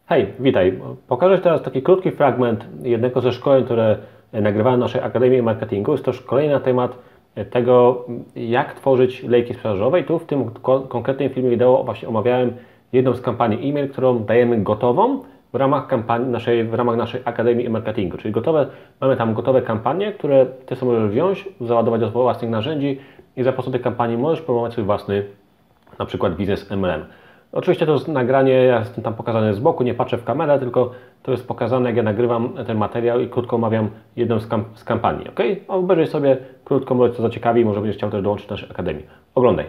Hej, witaj. Pokażę Ci teraz taki krótki fragment jednego ze szkoleń, które nagrywałem w naszej Akademii Marketingu. Jest to szkolenie na temat tego, jak tworzyć lejki sprzedażowe. I tu w tym konkretnym filmie wideo właśnie omawiałem jedną z kampanii e-mail, którą dajemy gotową w ramach naszej Akademii Marketingu. Czyli mamy tam gotowe kampanie, które Ty sobie możesz wziąć, załadować do własnych narzędzi i za pomocą tej kampanii możesz promować swój własny, na przykład biznes MLM. Oczywiście to jest nagranie, ja jestem tam pokazany z boku, nie patrzę w kamerę, tylko to jest pokazane, jak ja nagrywam ten materiał i krótko omawiam jedną z kampanii. Ok? Obejrzyj sobie krótko, może Cię zaciekawi, może będziesz chciał też dołączyć do naszej Akademii. Oglądaj.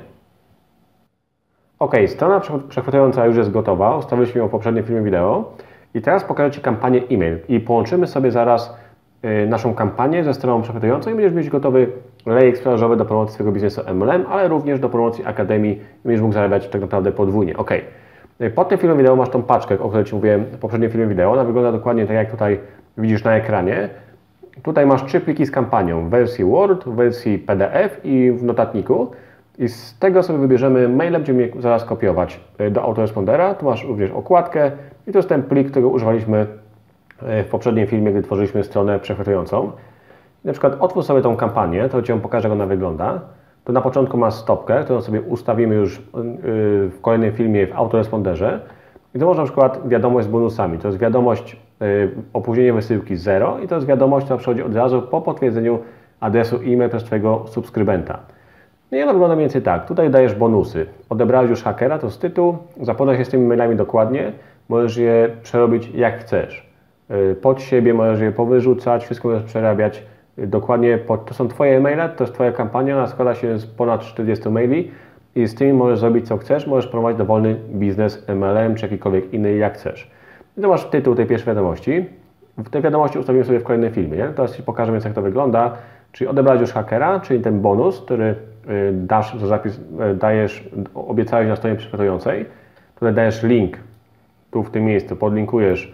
Ok, strona przechwytująca już jest gotowa, ustawiliśmy ją w poprzednim filmie wideo i teraz pokażę Ci kampanię e-mail i połączymy sobie zaraz naszą kampanię ze stroną przechwytującą i będziesz mieć gotowy lejek sprzedażowy do promocji swojego biznesu MLM, ale również do promocji Akademii i będziesz mógł zarabiać tak naprawdę podwójnie. Ok. Pod tym filmem wideo masz tą paczkę, o której Ci mówiłem w poprzednim filmie wideo. Ona wygląda dokładnie tak, jak tutaj widzisz na ekranie. Tutaj masz 3 pliki z kampanią w wersji Word, w wersji PDF i w notatniku. I z tego sobie wybierzemy maile, będziemy je zaraz kopiować do autorespondera. Tu masz również okładkę i to jest ten plik, którego używaliśmy w poprzednim filmie, gdy tworzyliśmy stronę przechwytującą. Na przykład otwórz sobie tą kampanię, to Ci pokażę, jak ona wygląda. To na początku masz stopkę, którą sobie ustawimy już w kolejnym filmie w autoresponderze. I to można na przykład wiadomość z bonusami. To jest wiadomość opóźnienie wysyłki 0 i to jest wiadomość, która przychodzi od razu po potwierdzeniu adresu e-mail przez Twojego subskrybenta. No i ona wygląda mniej więcej tak. Tutaj dajesz bonusy. Odebrałeś już hakera, to jest tytuł. Zapoznaj się z tymi mailami dokładnie. Możesz je przerobić jak chcesz. Pod siebie możesz je powyrzucać, wszystko możesz przerabiać. Dokładnie, to są Twoje maile, to jest Twoja kampania, ona składa się z ponad 40 maili i z tymi możesz zrobić co chcesz, możesz prowadzić dowolny biznes MLM czy jakikolwiek inny jak chcesz. I to masz tytuł tej pierwszej wiadomości. W tej wiadomości ustawimy sobie w kolejnym filmie. Nie? Teraz Ci pokażę więc, jak to wygląda. Czyli odebrać już hakera, czyli ten bonus, który dasz za zapis, obiecałeś na stronie przechwytującej. Tutaj dajesz link, tu w tym miejscu podlinkujesz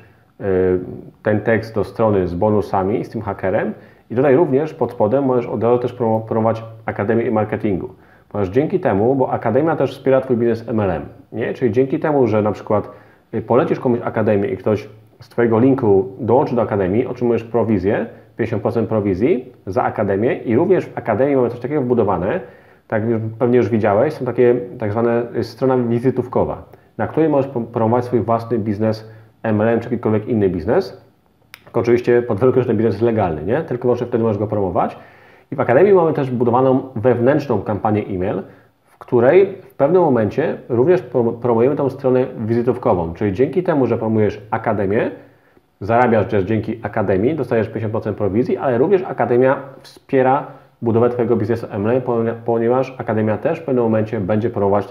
ten tekst do strony z bonusami, z tym hakerem. I tutaj również pod spodem możesz od razu też promować Akademię i Marketingu. Ponieważ dzięki temu, bo Akademia też wspiera Twój biznes MLM, nie? Czyli dzięki temu, że na przykład polecisz komuś Akademię i ktoś z Twojego linku dołączy do Akademii, otrzymujesz prowizję, 50% prowizji za Akademię i również w Akademii mamy coś takiego wbudowane, tak pewnie już widziałeś, są takie tak zwane strona wizytówkowa, na której możesz promować swój własny biznes MLM czy jakikolwiek inny biznes. Oczywiście pod warunkiem, że ten biznes jest legalny, nie? Tylko może wtedy możesz go promować. I w Akademii mamy też budowaną wewnętrzną kampanię e-mail, w której w pewnym momencie również promujemy tą stronę wizytówkową, czyli dzięki temu, że promujesz Akademię, zarabiasz też dzięki Akademii, dostajesz 50% prowizji, ale również Akademia wspiera budowę Twojego biznesu MLM, ponieważ Akademia też w pewnym momencie będzie promować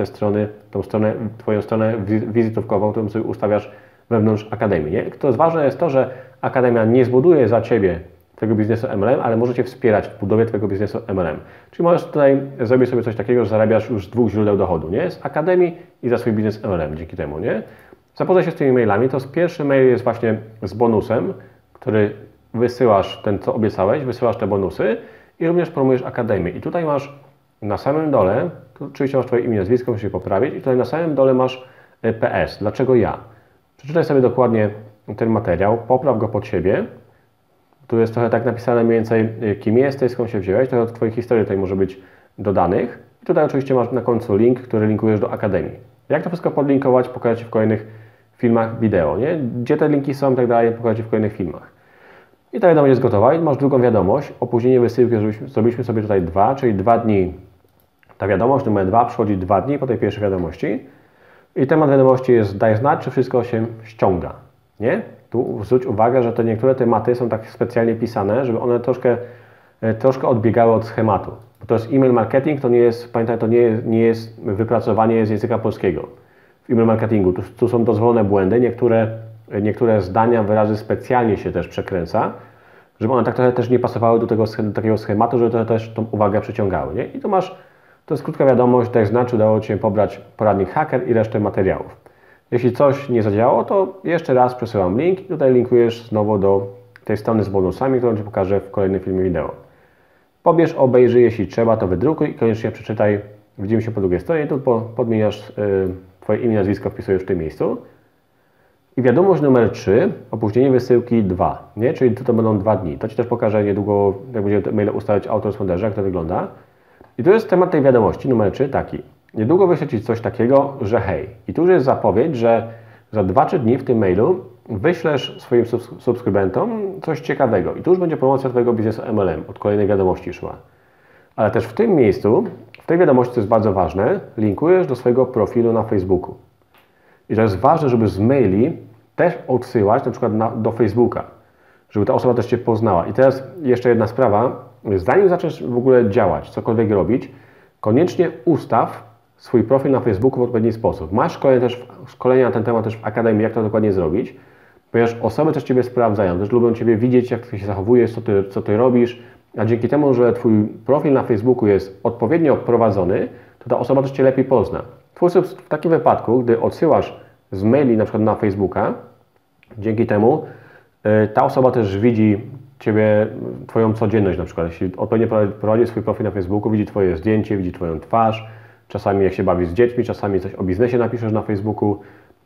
Twoją stronę wizytówkową, którą sobie ustawiasz wewnątrz Akademii. Nie? To jest ważne jest to, że Akademia nie zbuduje za Ciebie Twojego biznesu MLM, ale może Cię wspierać w budowie Twojego biznesu MLM. Czyli możesz tutaj zrobić sobie coś takiego, że zarabiasz już z 2 źródeł dochodu, nie? Z Akademii i za swój biznes MLM dzięki temu, nie? Zapoznaj się z tymi mailami. To pierwszy mail jest właśnie z bonusem, który wysyłasz, ten co obiecałeś, wysyłasz te bonusy i również promujesz Akademię. I tutaj masz na samym dole, tu oczywiście masz Twoje imię, nazwisko, musisz je poprawić i tutaj na samym dole masz PS. Dlaczego ja? Przeczytaj sobie dokładnie ten materiał, popraw go pod siebie. Tu jest trochę tak napisane mniej więcej, kim jesteś, skąd się wziąłeś, trochę Twoich historii tutaj może być dodanych. I tutaj oczywiście masz na końcu link, który linkujesz do Akademii. Jak to wszystko podlinkować, pokażę Ci w kolejnych filmach wideo, nie? Gdzie te linki są i tak dalej, pokażę Ci w kolejnych filmach. I ta wiadomość jest gotowa i masz drugą wiadomość, opóźnienie wysyłki, zrobiliśmy sobie tutaj 2, czyli 2 dni. Ta wiadomość numer 2 przychodzi 2 dni po tej pierwszej wiadomości. I temat wiadomości jest, daj znać, czy wszystko się ściąga, nie? Tu zwróć uwagę, że te niektóre tematy są tak specjalnie pisane, żeby one troszkę odbiegały od schematu. Bo to jest e-mail marketing, to nie jest, pamiętaj, to nie jest wypracowanie z języka polskiego. W e-mail marketingu tu są dozwolone błędy, niektóre zdania, wyrazy specjalnie się też przekręca, żeby one tak trochę też nie pasowały do takiego schematu, żeby trochę też tą uwagę przyciągały, nie? I tu masz, to jest krótka wiadomość, daj znać, czy udało Ci się pobrać poradnik hacker i resztę materiałów. Jeśli coś nie zadziałało, to jeszcze raz przesyłam link i tutaj linkujesz znowu do tej strony z bonusami, którą Ci pokażę w kolejnym filmie wideo. Pobierz, obejrzyj, jeśli trzeba, to wydrukuj i koniecznie przeczytaj. Widzimy się po drugiej stronie, tu podmieniasz Twoje imię, nazwisko, wpisujesz w tym miejscu. I wiadomość numer 3, opóźnienie wysyłki 2, nie? Czyli to będą 2 dni. To Ci też pokażę niedługo, jak będziemy maile ustawiać w autoresponderze, jak to wygląda. I tu jest temat tej wiadomości numer 3 taki. Niedługo wyślę Ci coś takiego, że hej. I tu już jest zapowiedź, że za 2-3 dni w tym mailu wyślesz swoim subskrybentom coś ciekawego. I tu już będzie promocja Twojego biznesu MLM, od kolejnej wiadomości szła. Ale też w tym miejscu, w tej wiadomości, co jest bardzo ważne, linkujesz do swojego profilu na Facebooku. I to jest ważne, żeby z maili też odsyłać na przykład do Facebooka, żeby ta osoba też Cię poznała. I teraz jeszcze jedna sprawa, zanim zaczniesz w ogóle działać, cokolwiek robić, koniecznie ustaw swój profil na Facebooku w odpowiedni sposób. Masz szkolenia na ten temat też w Akademii, jak to dokładnie zrobić, ponieważ osoby też Ciebie sprawdzają, też lubią Ciebie widzieć, jak Ty się zachowujesz, co Ty robisz, a dzięki temu, że Twój profil na Facebooku jest odpowiednio prowadzony, to ta osoba też Cię lepiej pozna. W takim wypadku, gdy odsyłasz z maili na przykład na Facebooka, dzięki temu ta osoba też widzi Ciebie, Twoją codzienność na przykład. Jeśli odpowiednio prowadzi swój profil na Facebooku, widzi Twoje zdjęcie, widzi Twoją twarz, czasami jak się bawisz z dziećmi, czasami coś o biznesie napiszesz na Facebooku,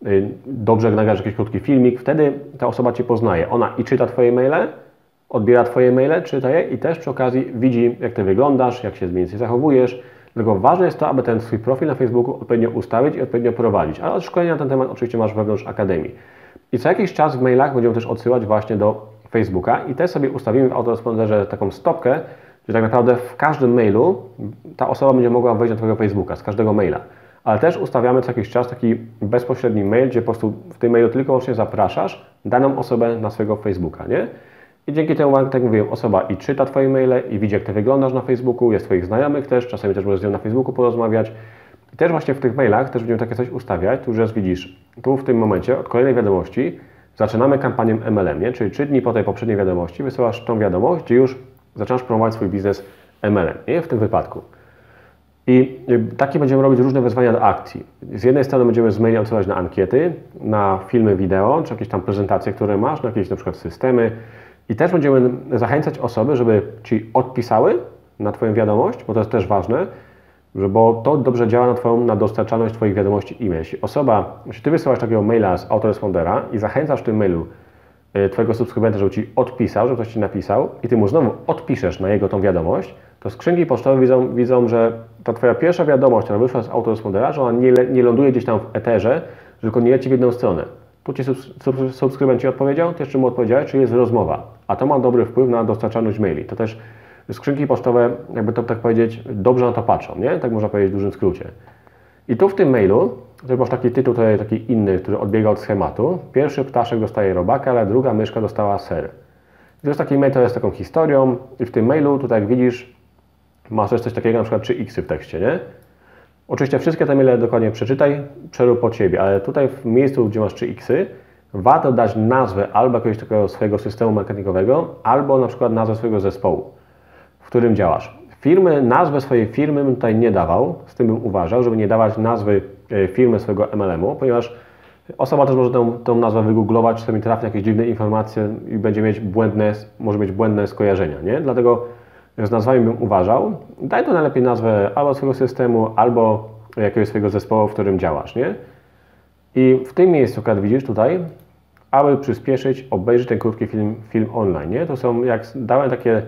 dobrze nagrasz jakiś krótki filmik, wtedy ta osoba Cię poznaje. Ona i czyta Twoje maile, odbiera Twoje maile, czyta je i też przy okazji widzi, jak Ty wyglądasz, jak się mniej więcej zachowujesz. Dlatego ważne jest to, aby ten swój profil na Facebooku odpowiednio ustawić i odpowiednio prowadzić. Ale szkolenia na ten temat oczywiście masz wewnątrz Akademii. I co jakiś czas w mailach będziemy też odsyłać właśnie do Facebooka i też sobie ustawimy w autoresponderze taką stopkę, że tak naprawdę w każdym mailu ta osoba będzie mogła wejść na Twojego Facebooka, z każdego maila. Ale też ustawiamy co jakiś czas taki bezpośredni mail, gdzie po prostu w tym mailu tylko właśnie zapraszasz daną osobę na swojego Facebooka, nie? I dzięki temu, tak jak mówiłem, osoba i czyta Twoje maile i widzi, jak Ty wyglądasz na Facebooku, jest Twoich znajomych też, czasami też możesz z nią na Facebooku porozmawiać. I też właśnie w tych mailach też będziemy takie coś ustawiać, tu już widzisz, tu w tym momencie od kolejnej wiadomości zaczynamy kampanię MLM, nie? Czyli 3 dni po tej poprzedniej wiadomości wysyłasz tą wiadomość, gdzie już zaczynasz promować swój biznes MLM, nie? W tym wypadku. I takie będziemy robić różne wezwania do akcji. Z jednej strony będziemy z maili odsyłać na ankiety, na filmy wideo, czy jakieś tam prezentacje, które masz, na jakieś na przykład systemy. I też będziemy zachęcać osoby, żeby Ci odpisały na Twoją wiadomość, bo to jest też ważne, bo to dobrze działa na dostarczalność Twoich wiadomości e-mail. Jeśli Ty wysyłasz takiego maila z autorespondera i zachęcasz w tym mailu Twojego subskrybenta, żeby Ci odpisał, żeby ktoś Ci napisał i Ty mu znowu odpiszesz na jego tą wiadomość, to skrzynki pocztowe widzą, że ta Twoja pierwsza wiadomość, która wyszła z autorespondera, że ona nie ląduje gdzieś tam w eterze, tylko nie leci w jedną stronę. Tu Ci subskrybent Ci odpowiedział, Ty jeszcze mu odpowiedziałeś, czyli jest rozmowa. A to ma dobry wpływ na dostarczalność maili. To też skrzynki pocztowe, jakby to tak powiedzieć, dobrze na to patrzą, nie? Tak można powiedzieć w dużym skrócie. I tu w tym mailu, to masz taki tytuł tutaj, taki inny, który odbiega od schematu. Pierwszy ptaszek dostaje robaka, ale druga myszka dostała ser. I to jest taki mail, to jest taką historią i w tym mailu, tutaj jak widzisz, masz też coś takiego, na przykład 3x w tekście, nie? Oczywiście wszystkie te maile dokładnie przeczytaj, przerób po Ciebie, ale tutaj w miejscu, gdzie masz 3x, warto dać nazwę albo jakiegoś takiego swojego systemu marketingowego, albo na przykład nazwę swojego zespołu, w którym działasz. Nazwę swojej firmy bym tutaj nie dawał, z tym bym uważał, żeby nie dawać nazwy firmy swojego MLM-u, ponieważ osoba też może tą nazwę wygooglować, czasami trafi na jakieś dziwne informacje i może mieć błędne skojarzenia, nie? Dlatego z nazwami bym uważał. Daj to najlepiej nazwę albo swojego systemu, albo jakiegoś swojego zespołu, w którym działasz, nie? I w tym miejscu, jak widzisz tutaj, aby przyspieszyć, obejrzyj ten krótki film online, nie? To są, jak dałem takie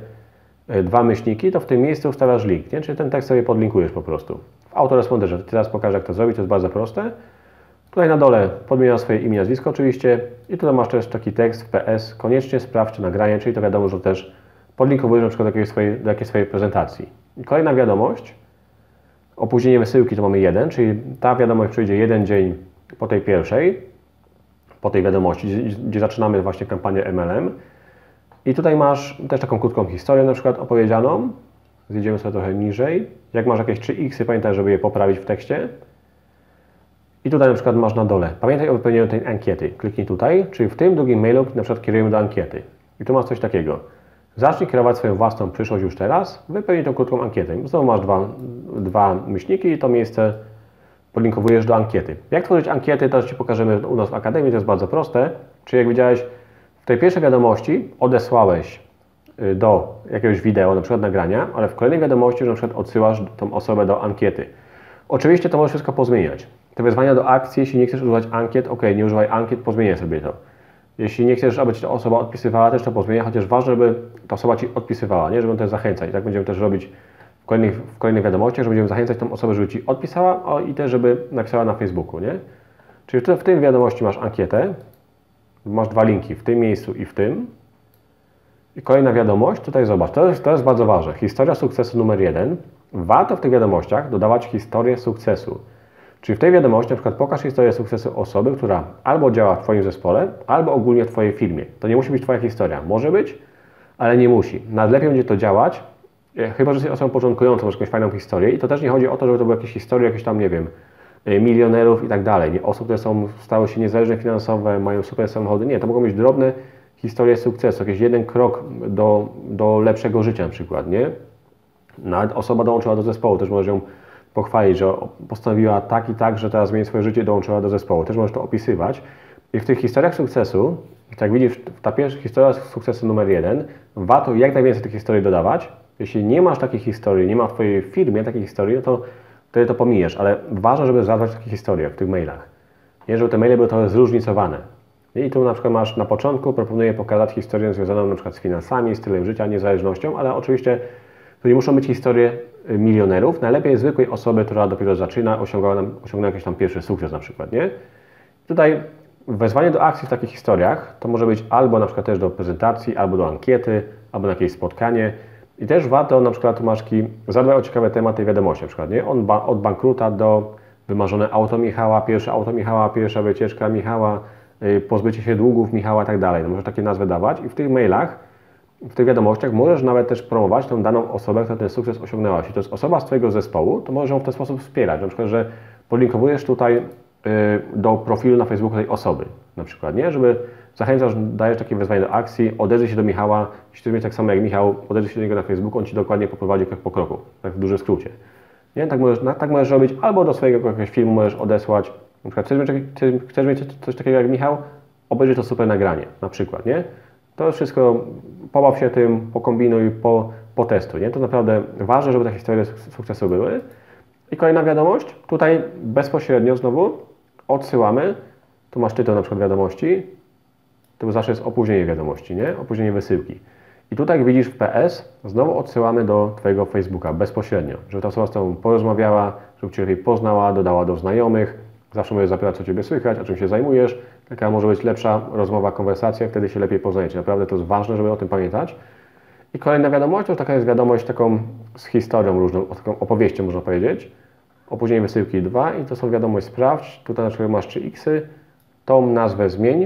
2 myślniki, to w tym miejscu wstawiasz link, nie? Czyli ten tekst sobie podlinkujesz po prostu. W autoresponderze. Teraz pokażę, jak to zrobić, to jest bardzo proste. Tutaj na dole podmieniasz swoje imię, nazwisko oczywiście i tutaj masz też taki tekst w PS, koniecznie sprawdź nagranie, czyli to wiadomo, że też podlinkowujesz na przykład do jakiejś swojej prezentacji. I kolejna wiadomość, opóźnienie wysyłki to mamy 1, czyli ta wiadomość przyjdzie 1 dzień po tej pierwszej, po tej wiadomości, gdzie zaczynamy właśnie kampanię MLM. I tutaj masz też taką krótką historię na przykład opowiedzianą. Zjedziemy sobie trochę niżej. Jak masz jakieś 3x, pamiętaj, żeby je poprawić w tekście. I tutaj na przykład masz na dole. Pamiętaj o wypełnieniu tej ankiety. Kliknij tutaj, czyli w tym drugim mailu na przykład kierujemy do ankiety. I tu masz coś takiego. Zacznij kierować swoją własną przyszłość już teraz. Wypełnij tą krótką ankietę. Znowu masz dwa myślniki i to miejsce podlinkowujesz do ankiety. Jak tworzyć ankiety, to Ci pokażemy u nas w Akademii. To jest bardzo proste. Czyli jak widziałeś, w tej pierwszej wiadomości odesłałeś do jakiegoś wideo, na przykład nagrania, ale w kolejnej wiadomości, że na przykład odsyłasz tą osobę do ankiety. Oczywiście to możesz wszystko pozmieniać. te wezwania do akcji, jeśli nie chcesz używać ankiet, ok, nie używaj ankiet, pozmieniaj sobie to. Jeśli nie chcesz, aby ci ta osoba odpisywała, też to pozmieniaj, chociaż ważne, żeby ta osoba ci odpisywała, nie? Żeby ją też zachęcać. I tak będziemy też robić w kolejnych wiadomościach, że będziemy zachęcać tą osobę, żeby ci odpisała i też, żeby napisała na Facebooku, nie? Czyli w tej wiadomości masz ankietę, masz 2 linki, w tym miejscu i w tym. I kolejna wiadomość, tutaj zobacz, to jest bardzo ważne. Historia sukcesu numer 1. Warto w tych wiadomościach dodawać historię sukcesu. Czyli w tej wiadomości na przykład pokaż historię sukcesu osoby, która albo działa w Twoim zespole, albo ogólnie w Twojej firmie. To nie musi być Twoja historia. Może być, ale nie musi. Nawet lepiej będzie to działać, chyba że jesteś osobą początkującą, masz jakąś fajną historię. I to też nie chodzi o to, żeby to były jakieś historie, jakieś tam, nie wiem, milionerów i tak dalej. Osób, które stały się niezależne finansowo, mają super samochody. Nie, to mogą być drobne historie sukcesu, jakiś jeden krok do lepszego życia na przykład, nie? Nawet osoba dołączyła do zespołu, też możesz ją pochwalić, że postanowiła tak i tak, że teraz zmieni swoje życie i dołączyła do zespołu. Też możesz to opisywać. I w tych historiach sukcesu, jak widzisz, ta pierwsza historia sukcesu numer 1, warto jak najwięcej tych historii dodawać. Jeśli nie masz takiej historii, nie ma w Twojej firmie takiej historii, no to wtedy to pomijesz, ale ważne, żeby zadbać takie historie w tych mailach. Nie, żeby te maile były trochę zróżnicowane. I tu na przykład masz na początku, proponuję pokazać historię związaną na przykład z finansami, stylem życia, niezależnością, ale oczywiście to nie muszą być historie milionerów, najlepiej zwykłej osoby, która dopiero zaczyna, osiągnęła jakiś tam pierwszy sukces na przykład, nie? Tutaj wezwanie do akcji w takich historiach to może być albo na przykład też do prezentacji, albo do ankiety, albo na jakieś spotkanie. I też warto na przykład tłumaczki zadbać o ciekawe tematy wiadomości, na przykład, nie? Od bankruta do wymarzone auto Michała, pierwsze auto Michała, pierwsza wycieczka Michała, pozbycie się długów Michała i tak dalej. No możesz takie nazwy dawać i w tych mailach, w tych wiadomościach możesz nawet też promować tą daną osobę, która ten sukces osiągnęła. Jeśli to jest osoba z Twojego zespołu, to możesz ją w ten sposób wspierać. Na przykład, że podlinkowujesz tutaj do profilu na Facebooku tej osoby, na przykład, nie? Żeby zachęcasz, dajesz takie wezwanie do akcji, odezwij się do Michała, jeśli chcesz mieć tak samo jak Michał, odezwij się do niego na Facebooku, on Ci dokładnie poprowadzi krok po kroku, tak w dużym skrócie. Nie? Tak możesz robić, albo do swojego jakiegoś filmu możesz odesłać, na przykład chcesz mieć coś takiego jak Michał, obejrzyj to super nagranie, na przykład, nie? To wszystko, pobaw się tym, pokombinuj, potestuj, nie? To naprawdę ważne, żeby te historie sukcesu były. I kolejna wiadomość, tutaj bezpośrednio znowu odsyłamy, tu masz tytuł na przykład wiadomości, to zawsze jest opóźnienie wiadomości, nie? Opóźnienie wysyłki. I tutaj jak widzisz w PS, znowu odsyłamy do Twojego Facebooka bezpośrednio, żeby ta osoba z Tobą porozmawiała, żeby Cię lepiej poznała, dodała do znajomych, zawsze możesz zapytać, co Ciebie słychać, o czym się zajmujesz, taka może być lepsza rozmowa, konwersacja, wtedy się lepiej poznajecie. Naprawdę to jest ważne, żeby o tym pamiętać. I kolejna wiadomość, to taka jest wiadomość taką z historią różną, taką opowieścią można powiedzieć. Opóźnienie wysyłki 2 i to są wiadomość sprawdź, tutaj na przykład masz 3x, tą nazwę zmień,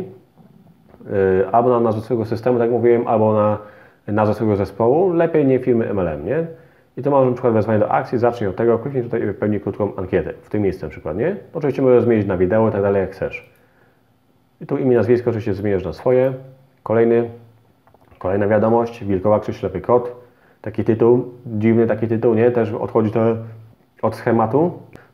albo na nazwę swojego systemu, tak jak mówiłem, albo na nazwę swojego zespołu, lepiej nie firmy MLM, nie? I to masz na przykład wezwanie do akcji, zacznij od tego, kliknij tutaj i wypełnij krótką ankietę, w tym miejscu na przykład, nie? Oczywiście możesz zmienić na wideo i tak dalej jak chcesz. I tu imię, nazwisko oczywiście zmieniasz na swoje. Kolejna wiadomość, Wilkołak czy ślepy kot. Taki tytuł, dziwny taki tytuł, nie? Też odchodzi to od schematu.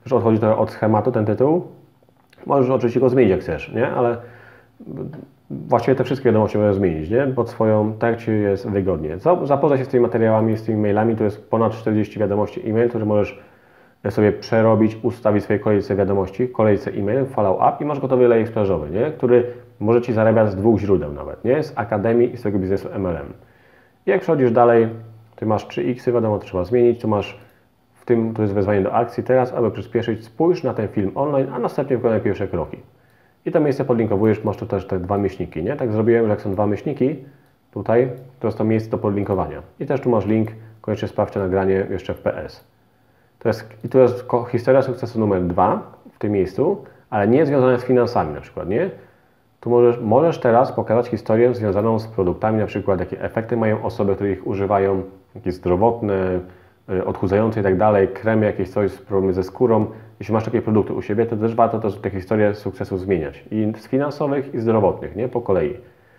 Ten tytuł. Możesz oczywiście go zmienić jak chcesz, nie? Ale właściwie te wszystkie wiadomości możesz zmienić, nie? Pod swoją, tak jak Ci jest wygodnie. Zapoznaj się z tymi materiałami, z tymi mailami. Tu jest ponad 40 wiadomości e-mail, które możesz sobie przerobić, ustawić w swojej kolejce wiadomości, kolejce e-mail, follow up i masz gotowy lejek sprzedażowy, nie? Który może Ci zarabiać z 2 źródeł nawet, nie? Z Akademii i z tego biznesu MLM. I jak przechodzisz dalej, Ty masz 3x, wiadomo, to trzeba zmienić, tu masz w tym, tu jest wezwanie do akcji teraz, aby przyspieszyć, spójrz na ten film online, a następnie wykonaj pierwsze kroki. I to miejsce podlinkowujesz, masz tu też te 2 myślniki, nie? Tak zrobiłem, że jak są 2 myślniki, tutaj, to jest to miejsce do podlinkowania. I też tu masz link, koniecznie sprawdźcie nagranie jeszcze w PS. Tu jest historia sukcesu numer 2 w tym miejscu, ale nie związana z finansami na przykład, nie? Tu możesz teraz pokazać historię związaną z produktami, na przykład jakie efekty mają osoby, które ich używają, jakieś zdrowotne, odchudzające i tak dalej, kremy, jakieś coś, problemy ze skórą. Jeśli masz takie produkty u siebie, to też warto te historie sukcesu zmieniać. I z finansowych, i zdrowotnych, nie? Po kolei.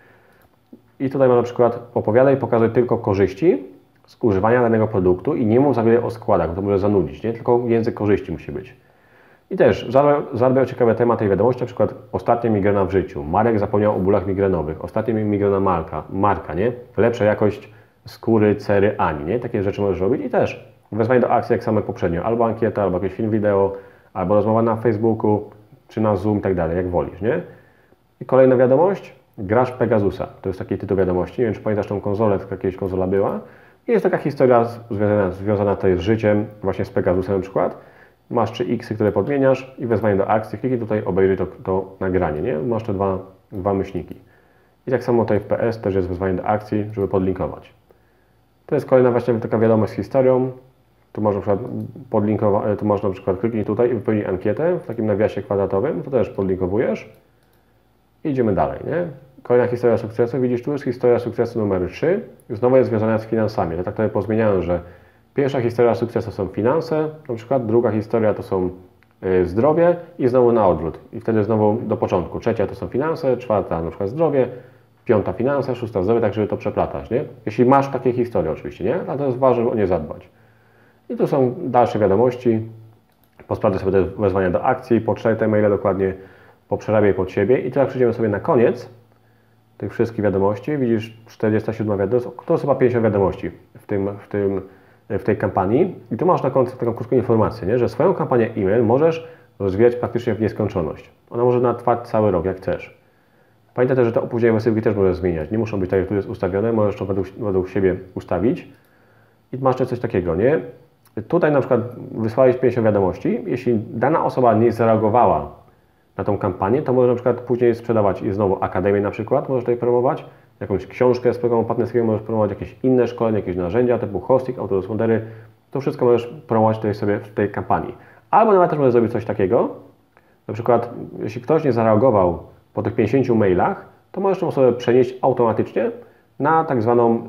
I tutaj mam na przykład opowiadaj, pokazuj tylko korzyści z używania danego produktu i nie mów za wiele o składach, bo to może zanudzić, nie? Tylko język korzyści musi być. I też zadbaj o ciekawe tematy i wiadomości, na przykład ostatnia migrena w życiu, Marek zapomniał o bólach migrenowych, ostatnia migrena Marka, nie? Lepsza jakość skóry, cery Ani, nie? Takie rzeczy możesz robić i też wezwanie do akcji jak samo poprzednio, albo ankieta, albo jakiś film wideo, albo rozmowa na Facebooku, czy na Zoom i tak dalej, jak wolisz, nie? I kolejna wiadomość, grasz w Pegasusa. To jest taki tytuł wiadomości. Nie wiem, czy pamiętasz tą konsolę, taka kiedyś konsola była. I jest taka historia związana tutaj z życiem, właśnie z Pegasusem na przykład. Masz 3 X, które podmieniasz i wezwanie do akcji. Kliknij tutaj, obejrzyj to nagranie, nie? Masz te dwa myślniki. I tak samo tutaj w PS też jest wezwanie do akcji, żeby podlinkować. To jest kolejna właśnie taka wiadomość z historią. Tu można na przykład kliknij tutaj i wypełnij ankietę w takim nawiasie kwadratowym. To też podlinkowujesz. I idziemy dalej, nie? Kolejna historia sukcesu. Widzisz, tu jest historia sukcesu numer 3. Znowu jest związana z finansami. Ja tak tutaj pozmieniałem, że pierwsza historia sukcesu są finanse, na przykład druga historia to są zdrowie i znowu na odwrót. I wtedy znowu do początku. Trzecia to są finanse, czwarta na przykład zdrowie, piąta finanse, szósta zdrowie, tak żeby to przeplatać, nie? Jeśli masz takie historie oczywiście, nie? Ale to jest ważne, żeby o nie zadbać. I tu są dalsze wiadomości. Posprawdzę sobie te wezwania do akcji, poczytaj te maile dokładnie, poprzerabiaj pod siebie i teraz przejdziemy sobie na koniec tych wszystkich wiadomości. Widzisz 47 wiadomość, to jest chyba 50 wiadomości w tej kampanii i tu masz na końcu taką krótką informację, nie? Że swoją kampanię e-mail możesz rozwijać praktycznie w nieskończoność. Ona może trwać cały rok, jak chcesz. Pamiętaj też, że te opóźnienia wysyłki też możesz zmieniać. Nie muszą być tak, jak tu jest ustawione, możesz to według siebie ustawić. I masz też coś takiego, nie? Tutaj na przykład wysłałeś 50 wiadomości. Jeśli dana osoba nie zareagowała na tą kampanię, to możesz na przykład później sprzedawać i znowu akademię na przykład, możesz tutaj promować, jakąś książkę z programu partnerskiego, możesz promować jakieś inne szkolenia, jakieś narzędzia typu hosting, autoresponder. To wszystko możesz promować tutaj sobie w tej kampanii. Albo nawet też możesz zrobić coś takiego, na przykład jeśli ktoś nie zareagował po tych 50 mailach, to możesz tą osobę przenieść automatycznie na tak zwaną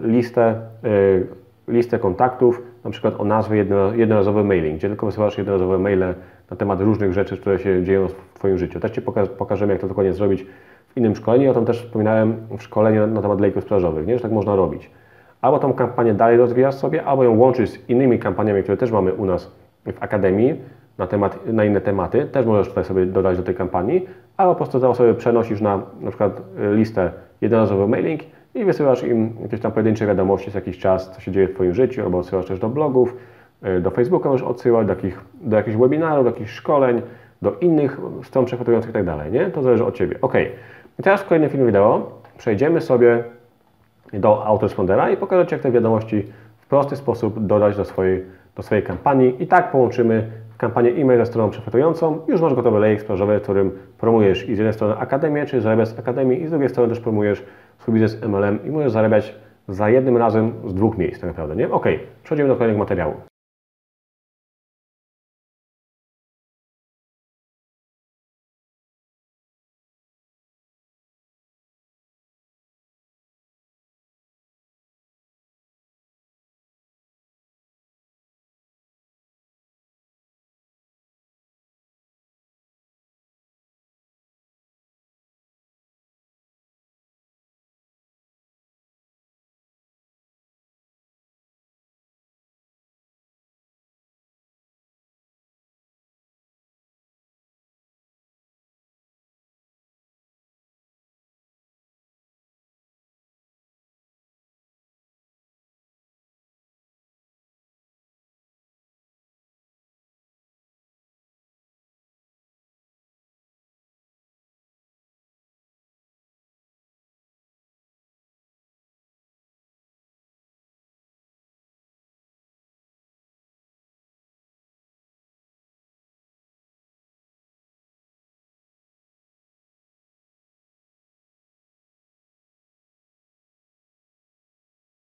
listę kontaktów, na przykład o nazwie jednorazowy mailing, gdzie tylko wysyłasz jednorazowe maile na temat różnych rzeczy, które się dzieją w Twoim życiu. Też Ci pokażemy, jak to dokładnie zrobić w innym szkoleniu. O tym też wspominałem w szkoleniu na temat lejków sprzedażowych, nie? Że tak można robić. Albo tą kampanię dalej rozwijasz sobie, albo ją łączysz z innymi kampaniami, które też mamy u nas w Akademii na inne tematy. Też możesz tutaj sobie dodać do tej kampanii, albo po prostu sobie przenosisz na przykład listę jednorazowy mailing i wysyłasz im jakieś tam pojedyncze wiadomości co jakiś czas, co się dzieje w Twoim życiu, albo odsyłasz też do blogów, do Facebooka możesz odsyłać, do jakichś webinarów, do jakichś szkoleń, do innych stron przechwytujących i tak dalej, nie? To zależy od Ciebie. Ok. I teraz w kolejnym filmie wideo przejdziemy sobie do autorespondera i pokażę Ci, jak te wiadomości w prosty sposób dodać do swojej kampanii i tak połączymy kampanię e-mail ze stroną przechwytującą. Już masz gotowy lejek sprzedażowy, w którym promujesz i z jednej strony akademię, czyli zarabiasz z akademii i z drugiej strony też promujesz swój biznes MLM i możesz zarabiać za jednym razem z 2 miejsc tak naprawdę, nie? Ok, przechodzimy do kolejnego materiału.